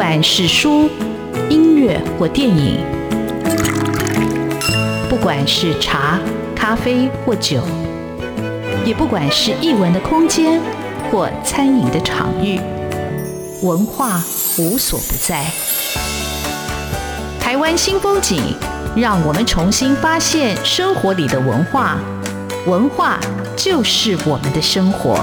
管是书、音乐或电影，不管是茶、咖啡或酒，也不管是艺文的空间或餐饮的场域，文化无所不在。台湾新风景，让我们重新发现生活里的文化，文化就是我们的生活。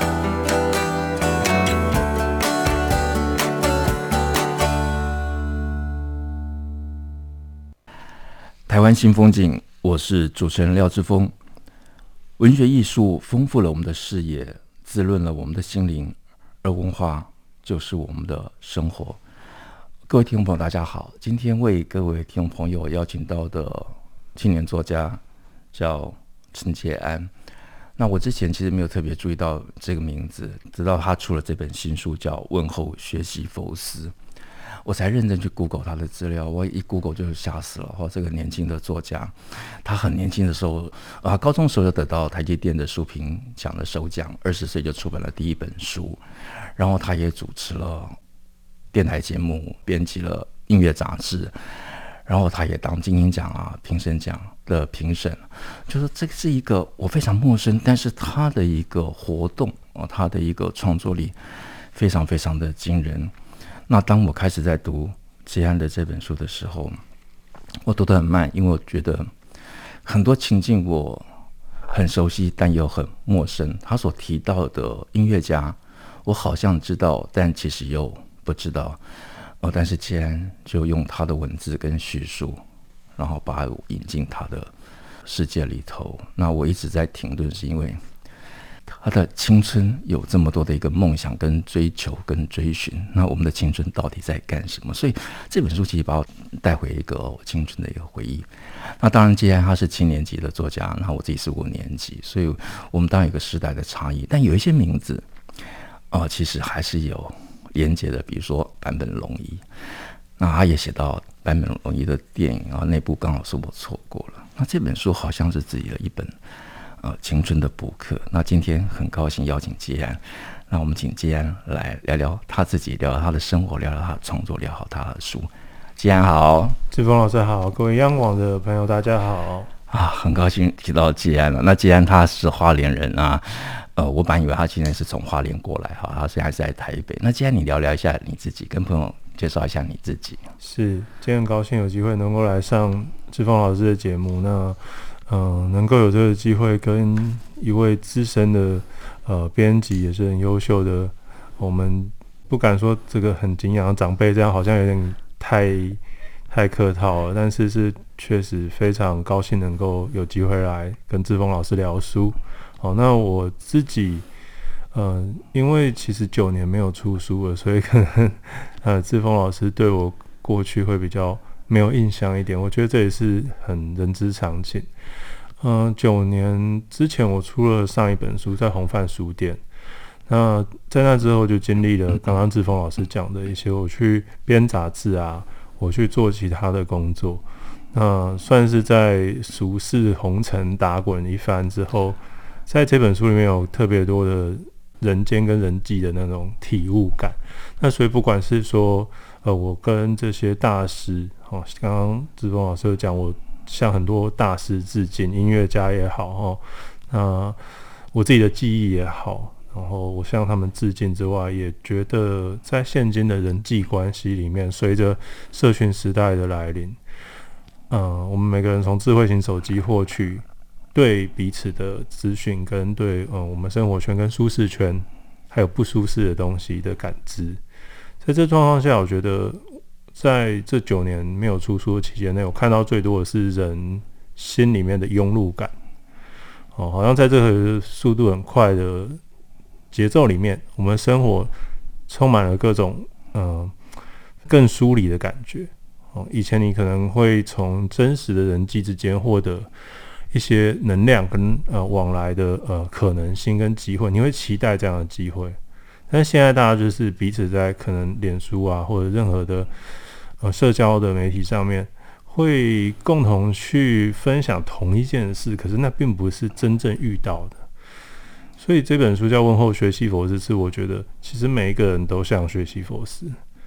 台湾新风景，我是主持人廖志峰。文学艺术丰富了我们的视野，滋润了我们的心灵，而文化就是我们的生活。各位听众朋友大家好，今天为各位听众朋友邀请到的青年作家叫陈捷安。那我之前其实没有特别注意到这个名字，直到他出了这本新书叫《问候学习佛斯》，我才认真去 Google 他的资料。我一 Google 就吓死了。这个年轻的作家，他很年轻的时候，高中的时候就得到台积电的书评奖的首奖，20岁就出版了第一本书，然后他也主持了电台节目，编辑了音乐杂志，然后他也当金鹰奖啊、评审奖的评审。就是这是一个我非常陌生，但是他的一个活动，他的一个创作力非常非常的惊人。那当我开始在读捷安的这本书的时候，我读得很慢，因为我觉得很多情境我很熟悉，但又很陌生。他所提到的音乐家，我好像知道，但其实又不知道。但是捷安就用他的文字跟叙述，然后把我引进他的世界里头。那我一直在停顿，是因为他的青春有这么多的一个梦想跟追求跟追寻，那我们的青春到底在干什么？所以这本书其实把我带回一个我青春的一个回忆。那当然，既然他是7年级的作家，那我自己是5年级，所以我们当然有一个时代的差异，但有一些名字其实还是有连结的。比如说坂本龙一，那他也写到坂本龙一的电影那部刚好是我错过了。那这本书好像是自己的一本青春的补课。那今天很高兴邀请捷安，那我们请捷安来聊聊他自己，聊聊他的生活，聊聊他的创作，聊聊他的书。捷安好。 志峰老师好，各位央广的朋友大家好。 很高兴提到捷安了。那捷安他是花莲人啊，我本来以为他今天是从花莲过来，他现在是在台北。那捷安，你聊聊一下你自己，跟朋友介绍一下你自己。 是，今天很高兴有机会能够来上志峰老师的节目。那能够有这个机会跟一位资深的编辑，也是很优秀的，我们不敢说这个很敬仰的长辈，这样好像有点太客套了，但是确实非常高兴能够有机会来跟志峰老师聊书。那我自己因为其实9年没有出书了，所以可能志峰老师对我过去会比较没有印象一点，我觉得这也是很人之常情。9年之前我出了上一本书在红范书店，那在那之后就经历了刚刚志峰老师讲的一些，我去编杂志啊，我去做其他的工作，那算是在俗世红尘打滚一番之后，在这本书里面有特别多的人间跟人际的那种体悟感。那所以不管是说我跟这些大师，刚刚志峰老师有讲，我向很多大师致敬，音乐家也好，那我自己的记忆也好，然后我向他们致敬之外，也觉得在现今的人际关系里面，随着社群时代的来临，我们每个人从智慧型手机获取对彼此的资讯，跟对我们生活圈跟舒适圈还有不舒适的东西的感知。在这状况下，我觉得在这9年没有出书的期间内，我看到最多的是人心里面的庸碌感。好像在这个速度很快的节奏里面，我们生活充满了各种更疏离的感觉。以前你可能会从真实的人际之间获得一些能量跟往来的可能性跟机会，你会期待这样的机会。但是现在大家就是彼此在可能脸书啊或者任何的社交的媒体上面，会共同去分享同一件事，可是那并不是真正遇到的。所以这本书叫《问候学习佛斯》，是我觉得其实每一个人都像学习佛斯。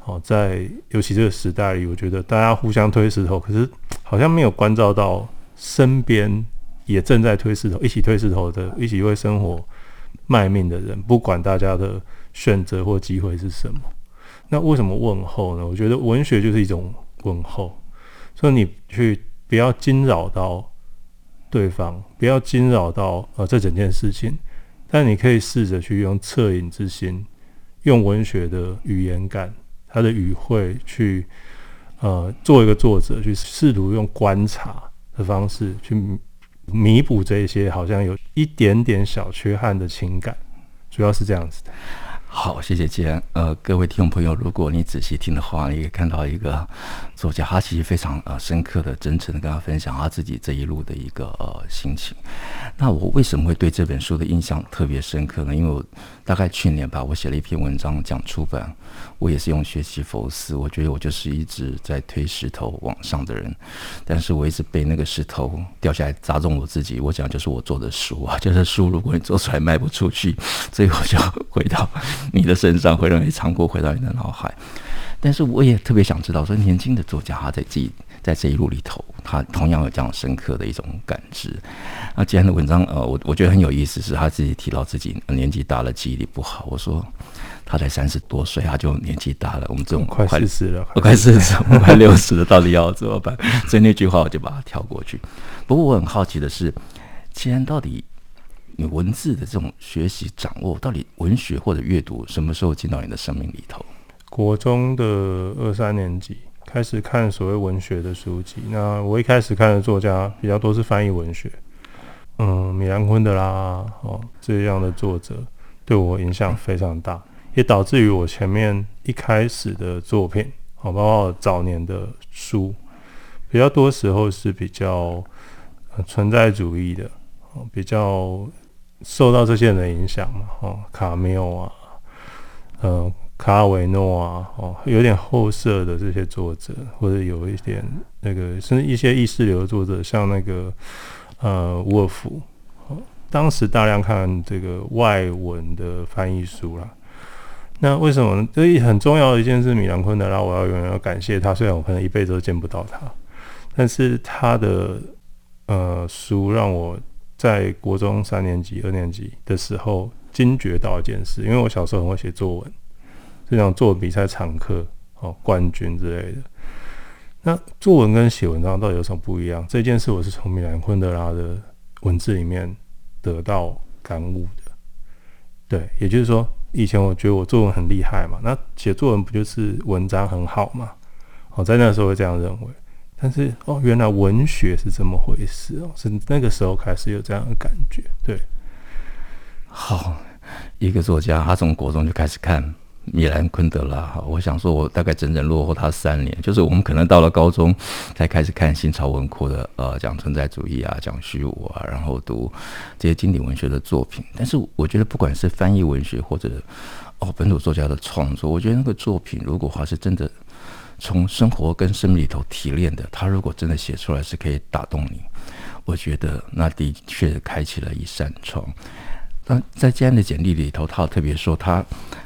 在尤其这个时代里，我觉得大家互相推石头，可是好像没有关照到身边也正在推石头、一起推石头的、一起为生活卖命的人，不管大家的选择或机会是什么。那为什么问候呢？我觉得文学就是一种问候，所以你去不要惊扰到对方，不要惊扰到这整件事情，但你可以试着去用恻隐之心，用文学的语言感，他的语汇去做一个作者，去试图用观察的方式去弥补这些好像有一点点小缺憾的情感，主要是这样子的。 好，谢谢建安。各位听众朋友，如果你仔细听的话，你可以看到一个作家，他其实非常深刻的、真诚的跟他分享他自己这一路的一个心情。那我为什么会对这本书的印象特别深刻呢？因为我大概去年吧，我写了一篇文章讲出版，我也是用学习佛寺，我觉得我就是一直在推石头往上的人，但是我一直被那个石头掉下来砸中我自己。我讲就是我做的书啊，就是书如果你做出来卖不出去，所以我就回到你的身上，会让你尝过回到你的脑海。但是我也特别想知道说，年轻的作家他在这一路里头，他同样有这样深刻的一种感知。那既然的文章我觉得很有意思，是他自己提到自己年纪大了，记忆力不好。我说他才30多岁，他就年纪大了，我们这种快40了， 我快40，我快60了，到底要怎么办？所以那句话我就把它跳过去。不过我很好奇的是，既然到底你文字的这种学习掌握，到底文学或者阅读什么时候进到你的生命里头？ 国中的2、3年级开始看所谓文学的书籍。那我一开始看的作家比较多是翻译文学，米兰昆德拉这样的作者对我影响非常大，也导致于我前面一开始的作品，包括早年的书，比较多时候是比较存在主义的，比较受到这些人的影响嘛，卡缪啊，卡尔维诺啊，有点后设的这些作者，或者有一点那个甚至一些意识流的作者，像那个伍尔夫，当时大量看这个外文的翻译书啦。那为什么呢？这很重要的一件事，米兰昆德拉，我要永远要感谢他，虽然我可能一辈子都见不到他，但是他的书让我在国中3年级、2年级的时候惊觉到一件事，因为我小时候很会写作文，这种作文比赛常客、冠军之类的。那作文跟写文章到底有什么不一样？这件事我是从米兰昆德拉的文字里面得到感悟的。对，也就是说，以前我觉得我作文很厉害嘛，那写作文不就是文章很好嘛？在那时候会这样认为。但是原来文学是这么回事是那个时候开始有这样的感觉。对， 好，一个作家他从国中就开始看米兰昆德拉，我想说我大概整整落后他3年，就是我们可能到了高中才开始看新潮文库的讲存在主义啊，讲虚无啊，然后读这些经典文学的作品。但是我觉得不管是翻译文学或者本土作家的创作，我觉得那个作品如果他是真的从生活跟生命里头提炼的，他如果真的写出来是可以打动你，我觉得那的确开启了一扇窗。但在这样的简历里头，他特别说他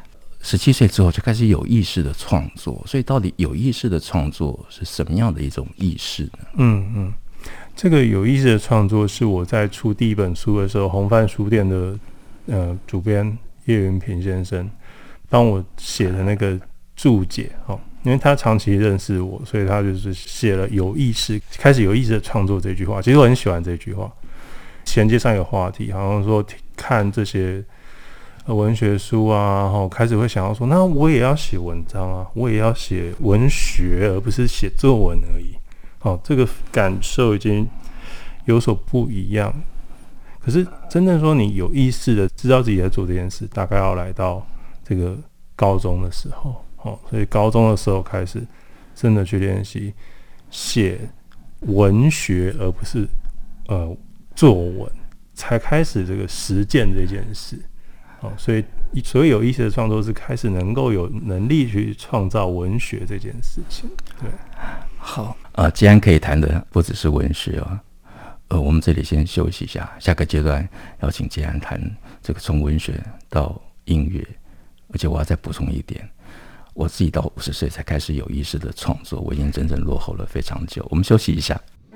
17岁之后就开始有意识的创作，所以到底有意识的创作是什么样的一种意识呢？ 这个有意识的创作是我在出第一本书的时候，红帆书店的主编叶云平先生帮我写的那个注解因为他长期认识我，所以他就是写了有意识，开始有意识的创作这句话。其实我很喜欢这句话。衔接上有话题，好像说看这些文学书啊，开始会想要说，那我也要写文章啊，我也要写文学，而不是写作文而已。这个感受已经有所不一样。可是真正说你有意识的知道自己在做这件事，大概要来到这个高中的时候。所以高中的时候开始真的去练习写文学，而不是作文，才开始这个实践这件事。所以所谓有意识的创作是开始能够有能力去创造文学这件事情。对， 好既然可以谈的不只是文学我们这里先休息一下，下个阶段要请建安谈这个从文学到音乐，而且我要再补充一点。 我自己到50岁才开始有意识的创作，我已经真正落后了非常久。我们休息一下。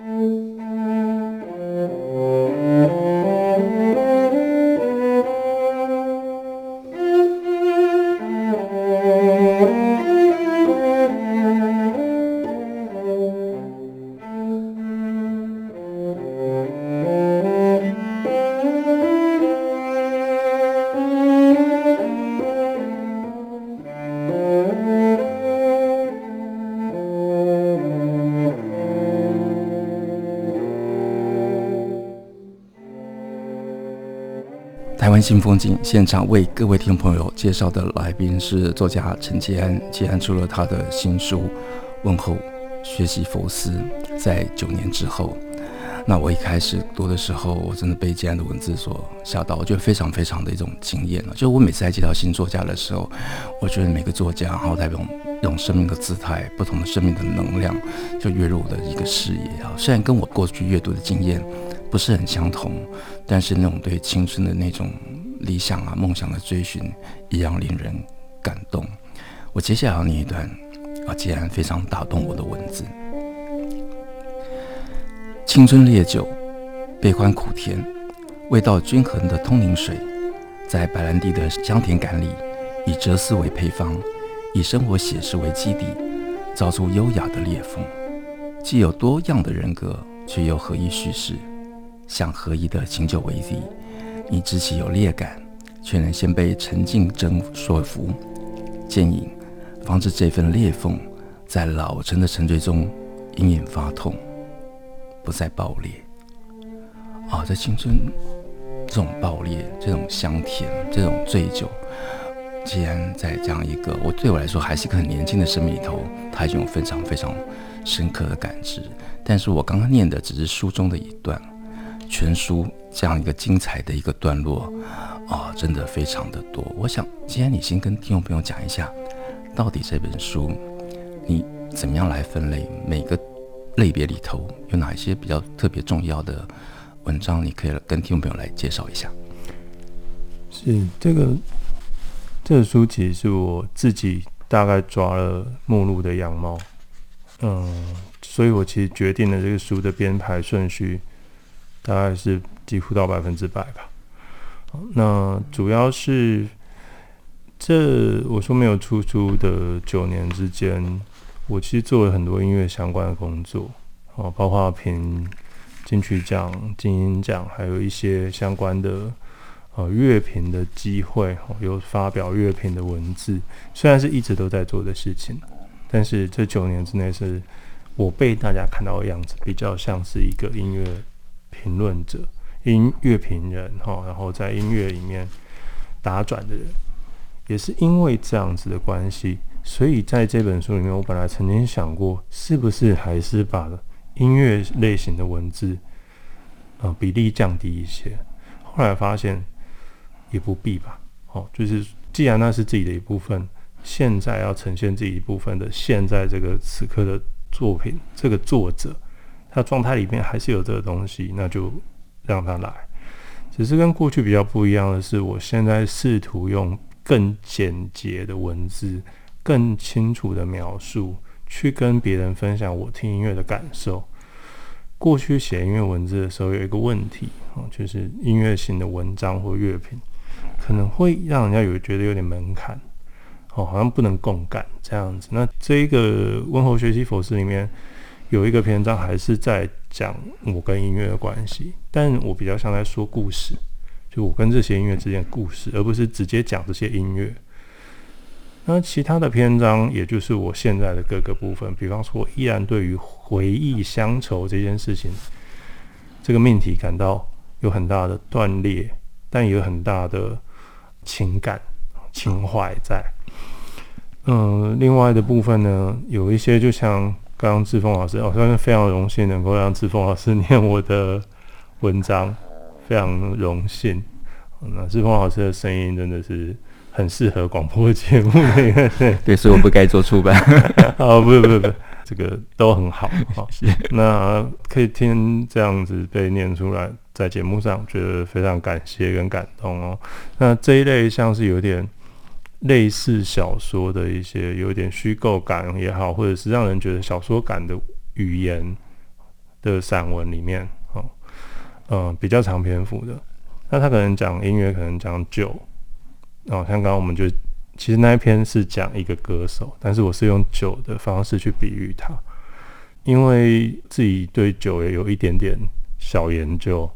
台湾新风景现场为各位听众朋友介绍的来宾是作家陈捷安。捷安出了他的新书《问候学习佛斯》，在9年之后。那我一开始读的时候，我真的被捷安的文字所吓到，我觉得非常非常的一种惊艳。就我每次在介绍新作家的时候，我觉得每个作家然后代表一种生命的姿态，不同的生命的能量就跃入我的一个视野。虽然跟我过去阅读的经验不是很相同，但是那种对青春的那种理想啊、梦想的追寻一样令人感动。我接下来要念一段捷安非常打动我的文字。青春烈酒，悲欢苦甜，味道均衡的通灵水，在白兰地的香甜感里，以哲思为配方，以生活写实为基底，造出优雅的裂缝，既有多样的人格，却又合一叙事，像合一的清酒为底，你知其有裂感，却能先被沉静征说服，渐引，防止这份裂缝在老成的沉醉中隐隐发痛，不再爆裂。在青春这种爆裂、这种香甜、这种醉酒，既然在这样一个对我来说还是一个很年轻的生命里头，它已经有非常非常深刻的感知。但是我刚刚念的只是书中的一段，全书这样一个精彩的一个段落真的非常的多。我想既然你先跟听众朋友讲一下，到底这本书你怎么样来分类，每个类别里头有哪一些比较特别重要的文章，你可以跟听众朋友来介绍一下。 是这个书其实是我自己大概抓了目录的样貌，所以我其实决定了这个书的编排顺序，大概是几乎到100%吧。那主要是我说没有出书的9年之间，我其实做了很多音乐相关的工作，包括评金曲奖、金音奖，还有一些相关的乐评的机会，有发表乐评的文字。虽然是一直都在做的事情，但是这9年之内是我被大家看到的样子，比较像是一个音乐评论者、音乐评人，然后在音乐里面打转的人。也是因为这样子的关系，所以在这本书里面，我本来曾经想过，是不是还是把音乐类型的文字比例降低一些。后来发现也不必吧，就是既然那是自己的一部分，现在要呈现自己一部分的，现在这个此刻的作品，这个作者他状态里面还是有这个东西，那就让他来。只是跟过去比较不一样的是，我现在试图用更简洁的文字，更清楚的描述，去跟别人分享我听音乐的感受。过去写音乐文字的时候有一个问题，就是音乐型的文章或乐评可能会让人家觉得有点门槛，好像不能共感这样子。那这一个问候学习佛斯里面有一个篇章还是在讲我跟音乐的关系，但我比较像在说故事，就我跟这些音乐之间的故事，而不是直接讲这些音乐。那其他的篇章，也就是我现在的各个部分，比方说我依然对于回忆乡愁这件事情，这个命题感到有很大的断裂，但也有很大的情感情怀在。另外的部分呢，有一些就像刚刚志峰老师，算是非常荣幸能够让志峰老师念我的文章，非常荣幸。那志峰老师的声音真的是很适合广播节目的， 对，所以我不该做出版。 不，这个都很好。那可以听这样子被念出来，在节目上觉得非常感谢跟感动哦。那这一类像是有点类似小说的一些有点虚构感也好，或者是让人觉得小说感的语言的散文里面，比较长篇幅的。那他可能讲音乐，可能讲酒，像刚刚我们就其实那一篇是讲一个歌手，但是我是用酒的方式去比喻他，因为自己对酒也有一点点小研究。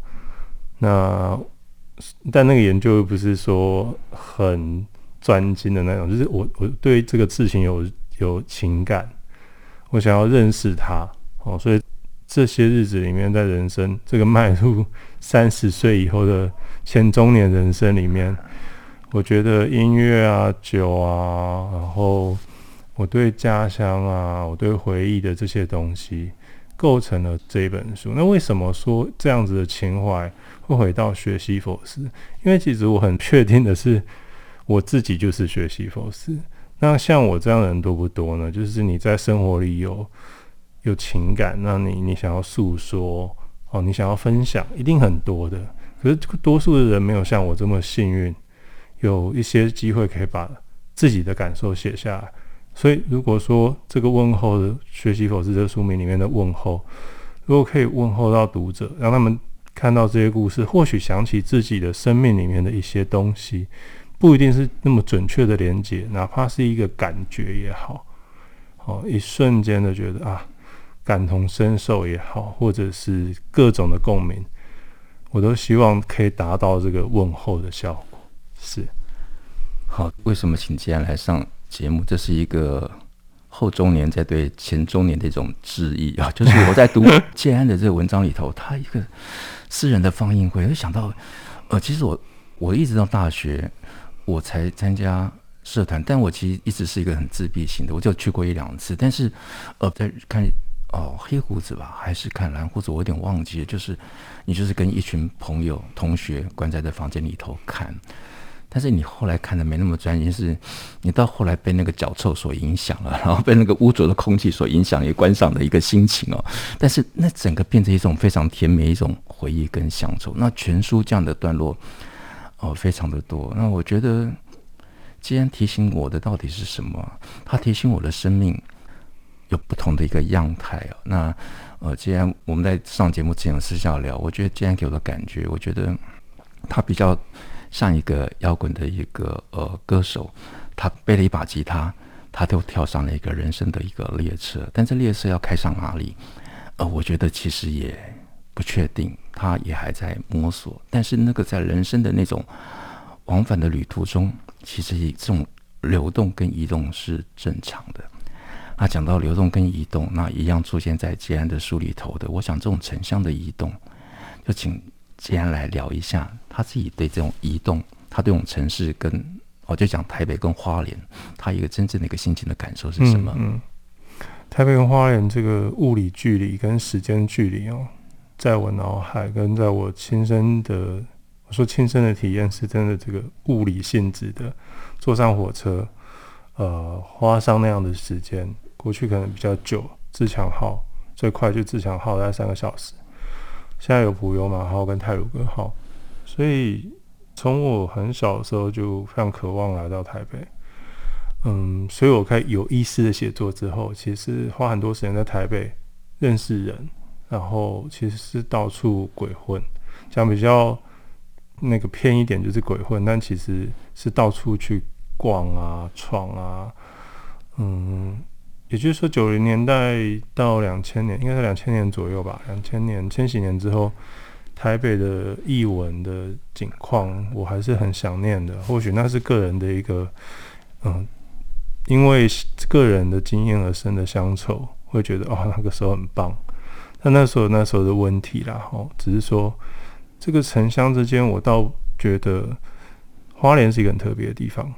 但那个研究又不是说很专精的那种，就是我对这个事情有情感，我想要认识它，所以这些日子里面，在人生这个迈入30岁以后的前中年人生里面，我觉得音乐啊、酒啊，然后我对家乡啊、我对回忆的这些东西，构成了这一本书。那为什么说这样子的情怀会回到学西佛斯？因为其实我很确定的是，我自己就是学西佛斯。那像我这样的人多不多呢？就是你在生活里有情感，那你想要诉说，你想要分享，一定很多的。可是多数的人没有像我这么幸运，有一些机会可以把自己的感受写下来。所以如果说这个问候的学习佛斯这个书名里面的问候，如果可以问候到读者，让他们看到这些故事，或许想起自己的生命里面的一些东西，不一定是那么准确的连结，哪怕是一个感觉也好，一瞬间的觉得感同身受也好，或者是各种的共鸣，我都希望可以达到这个问候的效果。是。 好，为什么请建安来上节目？这是一个后中年在对前中年的一种致意啊！就是我在读建安的这个文章里头，他一个私人的放映会，我就想到，其实我一直到大学我才参加社团，但我其实一直是一个很自闭型的，我就去过1-2次，但是在看黑胡子吧，还是看蓝胡子，我有点忘记了。就是你就是跟一群朋友同学关在这房间里头看，但是你后来看的没那么专心，是你到后来被那个脚臭所影响了，然后被那个污浊的空气所影响，也观赏的一个心情哦。但是那整个变成一种非常甜美一种回忆跟乡愁。那全书这样的段落非常的多。那我觉得既然提醒我的到底是什么？他提醒我的生命有不同的一个样态。那既然我们在上节目之前有私下聊，我觉得既然给我的感觉，我觉得他比较像一个摇滚的一个歌手，他背了一把吉他，他就跳上了一个人生的一个列车，但这列车要开上哪里？我觉得其实也不确定，他也还在摸索。但是那个在人生的那种往返的旅途中，其实这种流动跟移动是正常的。那讲到流动跟移动，那一样出现在建安的书里头的，我想这种城乡的移动，就请建安来聊一下他自己对这种移动，他对这种城市跟就讲台北跟花莲，他一个真正的一个心情的感受是什么？ 台北跟花莲这个物理距离跟时间距离在我脑海跟在我亲身的，我说亲身的体验是真的这个物理性质的，坐上火车，花上那样的时间，过去可能比较久，自强号最快就自强号大概3个小时，现在有普悠玛号跟太鲁阁号，所以从我很小的时候就非常渴望来到台北。所以我开始有意识的写作之后，其实花很多时间在台北认识人，然后其实是到处鬼混，讲比较那个偏一点就是鬼混，但其实是到处去逛啊、闯啊。也就是说90年代到2000年，应该是2000年左右吧，2000年千禧年之后，台北的艺文的景况我还是很想念的。或许那是个人的一个因为个人的经验而生的乡愁，会觉得那个时候很棒。但那时候的问题啦，只是说这个城乡之间，我倒觉得花莲是一个很特别的地方。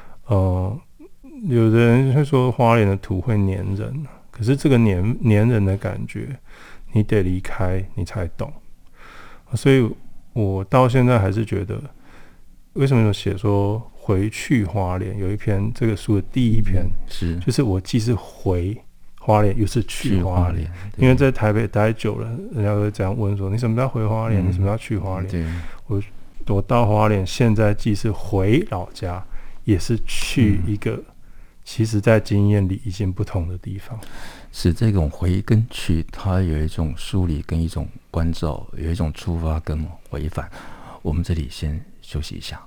有的人会说花莲的土会黏人，可是这个黏人的感觉，你得离开你才懂。所以我到现在还是觉得，为什么有写说回去花莲，有一篇这个书的第一篇就是我既是回花莲又是去花莲，因为在台北待久了，人家会这样问说你什么叫回花莲，你什么叫去花莲？我到花莲现在既是回老家也是去一个其实在经验里已经不同的地方。 是这种回跟去，它有一种梳理跟一种关照，有一种出发跟回返。我们这里先休息一下。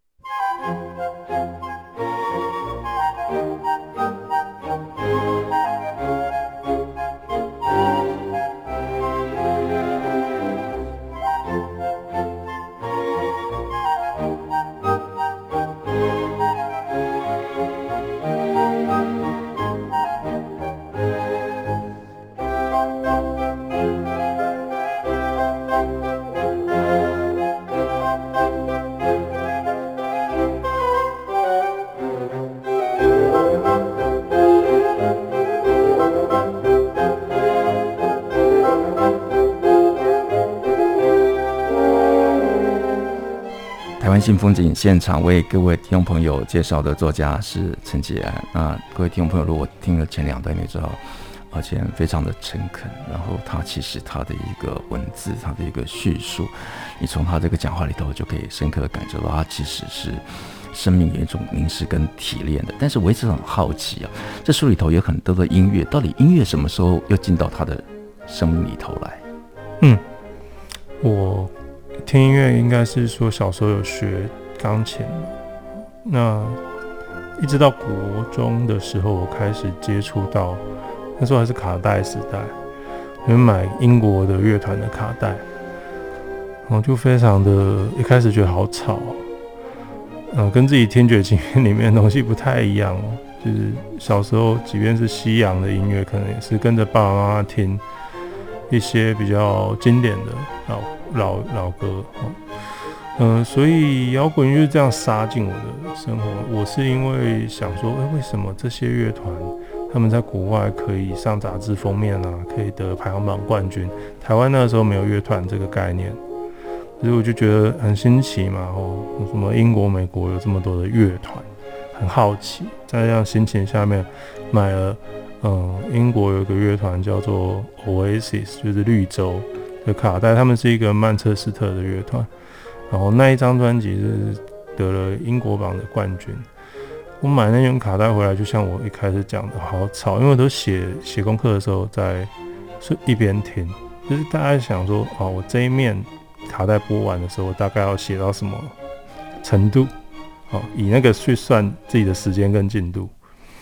台湾新风景现场为各位听众朋友介绍的作家是陈捷安。那各位听众朋友，如果听了前2段，你知道，而且非常的诚恳，然后他其实他的一个文字，他的一个叙述，你从他这个讲话里头就可以深刻的感受到，他其实是生命有一种凝视跟提炼的。但是我一直很好奇啊，这书里头有很多的音乐，到底音乐什么时候又进到他的生命里头来？ 我听音乐应该是说小时候有学钢琴，那一直到国中的时候，我开始接触到，那时候还是卡带时代，因为买英国的乐团的卡带，然后就非常的一开始觉得好吵，跟自己听觉经验里面的东西不太一样哦。就是小时候，即便是西洋的音乐，可能也是跟着爸爸妈妈听一些比较经典的老歌，所以摇滚乐这样杀进我的生活。我是因为想说，为什么这些乐团他们在国外可以上杂志封面啊，可以得排行榜冠军？台湾那个时候没有乐团这个概念，所以我就觉得很新奇嘛。什么英国、美国有这么多的乐团，很好奇。在这样心情下面，买了英国有一个乐团叫做 Oasis， 就是绿洲的卡带，他们是一个曼彻斯特的乐团，然后那一张专辑是得了英国榜的冠军。我买那张卡带回来，就像我一开始讲的，好吵，因为我都写功课的时候在一边听，就是大概想说，我这一面卡带播完的时候，我大概要写到什么程度，以那个去算自己的时间跟进度。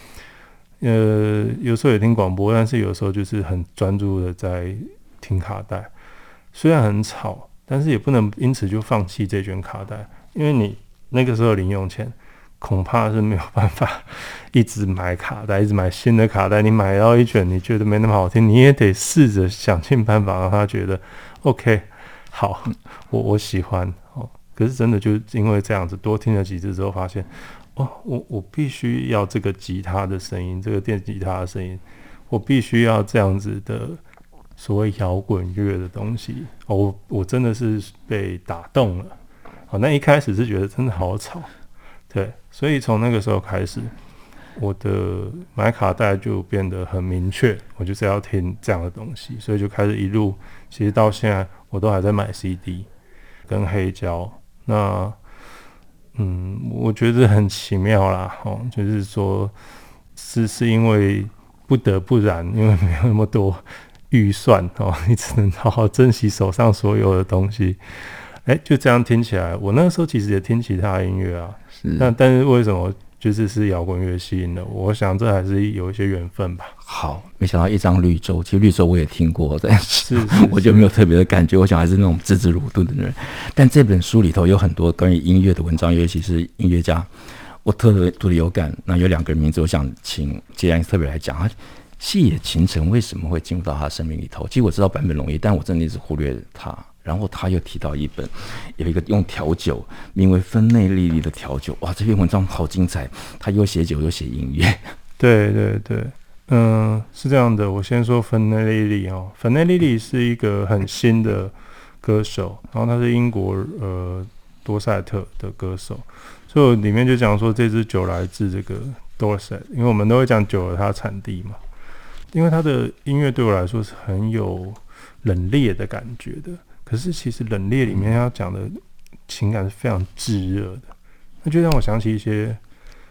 有时候也听广播，但是有时候就是很专注的在听卡带。虽然很吵，但是也不能因此就放弃这卷卡带，因为你那个时候零用钱恐怕是没有办法一直买卡带，一直买新的卡带。你买到一卷你觉得没那么好听，你也得试着想尽办法让他觉得 OK 好，我喜欢。可是真的就因为这样子，多听了几次之后发现，我必须要这个吉他的声音，这个电吉他的声音，我必须要这样子的所谓摇滚乐的东西。我真的是被打动了。那一开始是觉得真的好吵，对，所以从那个时候开始，我的买卡带就变得很明确，我就是要听这样的东西，所以就开始一路，其实到现在我都还在买 CD 跟黑胶。那我觉得很奇妙啦，就是说是因为不得不然，因为没有那么多预算，你只能好好珍惜手上所有的东西。就这样听起来，我那个时候其实也听其他音乐啊，但是为什么就是摇滚乐吸引了我？我想这还是有一些缘分吧。 好，没想到一张绿洲，其实绿洲我也听过，但是我就没有特别的感觉。我想还是那种资质鲁钝的人。但这本书里头有很多关于音乐的文章，尤其是音乐家，我特别有感。那有2个人名字，我想请捷安特别来讲。细野晴臣为什么会进入到他生命里头？其实我知道坂本龙一，但我真的一直忽略他。然后他又提到有一个用调酒，名为分内莉莉的调酒。哇，这篇文章好精彩，他又写酒又写音乐。 对对对，是这样的。我先说分内莉莉分内莉莉是一个很新的歌手，然后他是英国多塞特的歌手，所以我里面就讲说这支酒来自这个 Dorset， 因为我们都会讲酒的它产地嘛。因为他的音乐对我来说是很有冷冽的感觉的，可是其实冷冽里面要讲的情感是非常炙热的，那就让我想起一些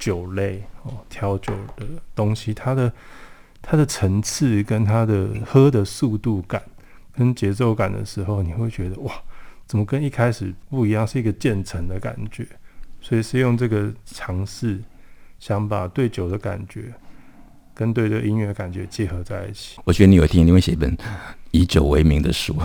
酒类调酒的东西，它的层次跟它的喝的速度感跟节奏感的时候，你会觉得哇，怎么跟一开始不一样，是一个渐层的感觉。所以是用这个尝试，想把对酒的感觉跟对这个音乐的感觉结合在一起。 我觉得你有一天一定会写一本以酒为名的书。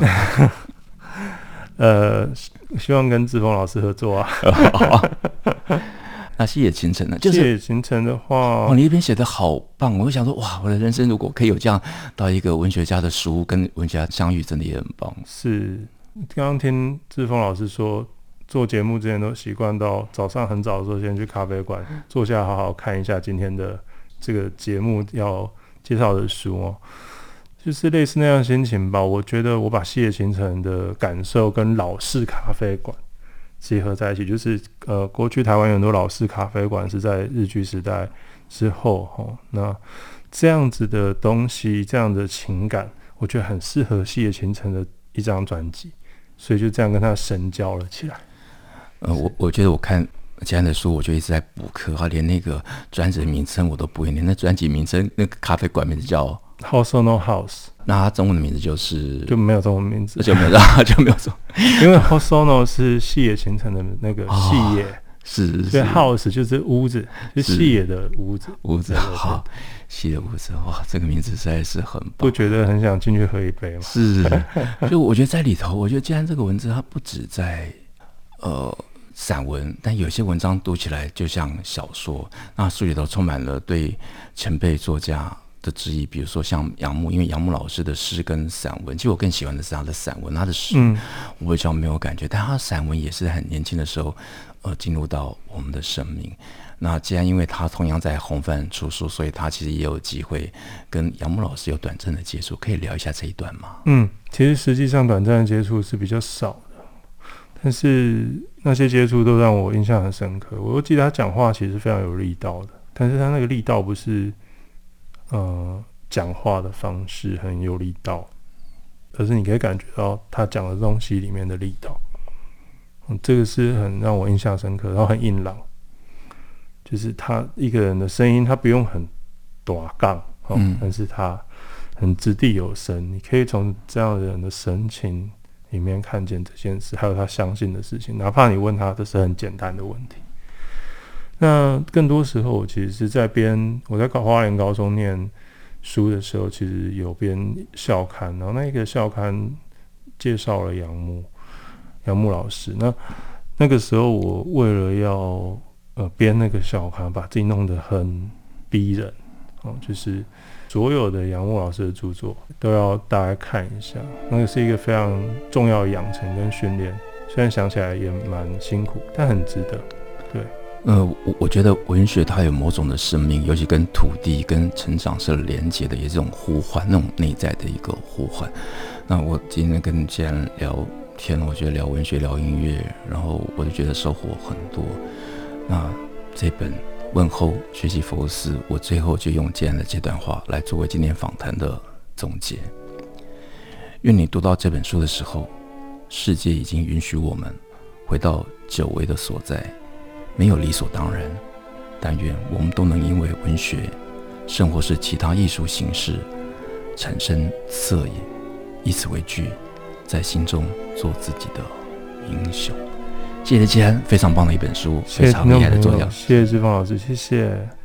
希望跟志峰老师合作啊。 那细野晴臣呢？就是细野晴臣的话， 你一边写的好棒，我会想说，哇，我的人生如果可以有这样到一个文学家的书跟文学家相遇，真的也很棒。 是，刚刚听志峰老师说，做节目之前都习惯到早上很早的时候先去咖啡馆坐下，好好看一下今天的这个节目要介绍的书就是类似那样的心情吧。我觉得我把细野晴臣的感受跟老式咖啡馆结合在一起，就是过去台湾有很多老式咖啡馆是在日据时代之后那这样子的东西，这样的情感，我觉得很适合细野晴臣的一张专辑，所以就这样跟他神交了起来。 我觉得我看这样的书，我就一直在补课，连那个专辑的名称我都不会念。那专辑名称，那个咖啡馆名字叫 Hosono House， 那它中文的名字就没有中文名字， 就没有中文， 因为 Hosono 是细野晴臣的那个细野， 是， 所以 House 就是屋子，就是细野的屋子， 好，细野的屋子，哇，这个名字实在是很棒， 不觉得很想进去喝一杯吗？ 是，就我觉得在里头，我觉得既然这个文字它不止在散文，但有些文章读起来就像小说，那书里头充满了对前辈作家的质疑，比如说像杨牧，因为杨牧老师的诗跟散文，其实我更喜欢的是他的散文，他的诗我比较没有感觉，但他的散文也是在很年轻的时候进入到我们的生命。那既然因为他同样在红帆出书，所以他其实也有机会跟杨牧老师有短暂的接触，可以聊一下这一段吗？ 其实实际上短暂的接触是比较少的，但是那些接触都让我印象很深刻。我记得他讲话其实非常有力道的，但是他那个力道不是讲话的方式很有力道，而是你可以感觉到他讲的东西里面的力道。这个是很让我印象深刻，然后很硬朗，就是他一个人的声音，他不用很大杠但是他很掷地有声，你可以从这样的人的神情里面看见这件事，还有他相信的事情，哪怕你问他这是很简单的问题。那更多时候我其实是我在花莲高中念书的时候，其实有编校刊，然后那个校刊介绍了杨牧老师。那个时候我为了要编那个校刊，把自己弄得很逼人就是所有的杨牧老师的著作都要大概看一下，那个是一个非常重要的养成跟训练，虽然想起来也蛮辛苦，但很值得。对， 我觉得文学它有某种的生命，尤其跟土地跟成长是连接的，也是这种呼唤，那种内在的一个呼唤。那我今天跟既然聊天，我觉得聊文学聊音乐，然后我就觉得收获很多。那这本问候学习佛斯，我最后就用这样的这段话来作为今天访谈的总结。愿你读到这本书的时候，世界已经允许我们回到久违的所在，没有理所当然，但愿我们都能因为文学甚或是其他艺术形式产生恻隐，以此为据，在心中做自己的英雄。谢谢季安，非常棒的一本书，非常厉害的作家。 谢谢志峰老师，谢谢。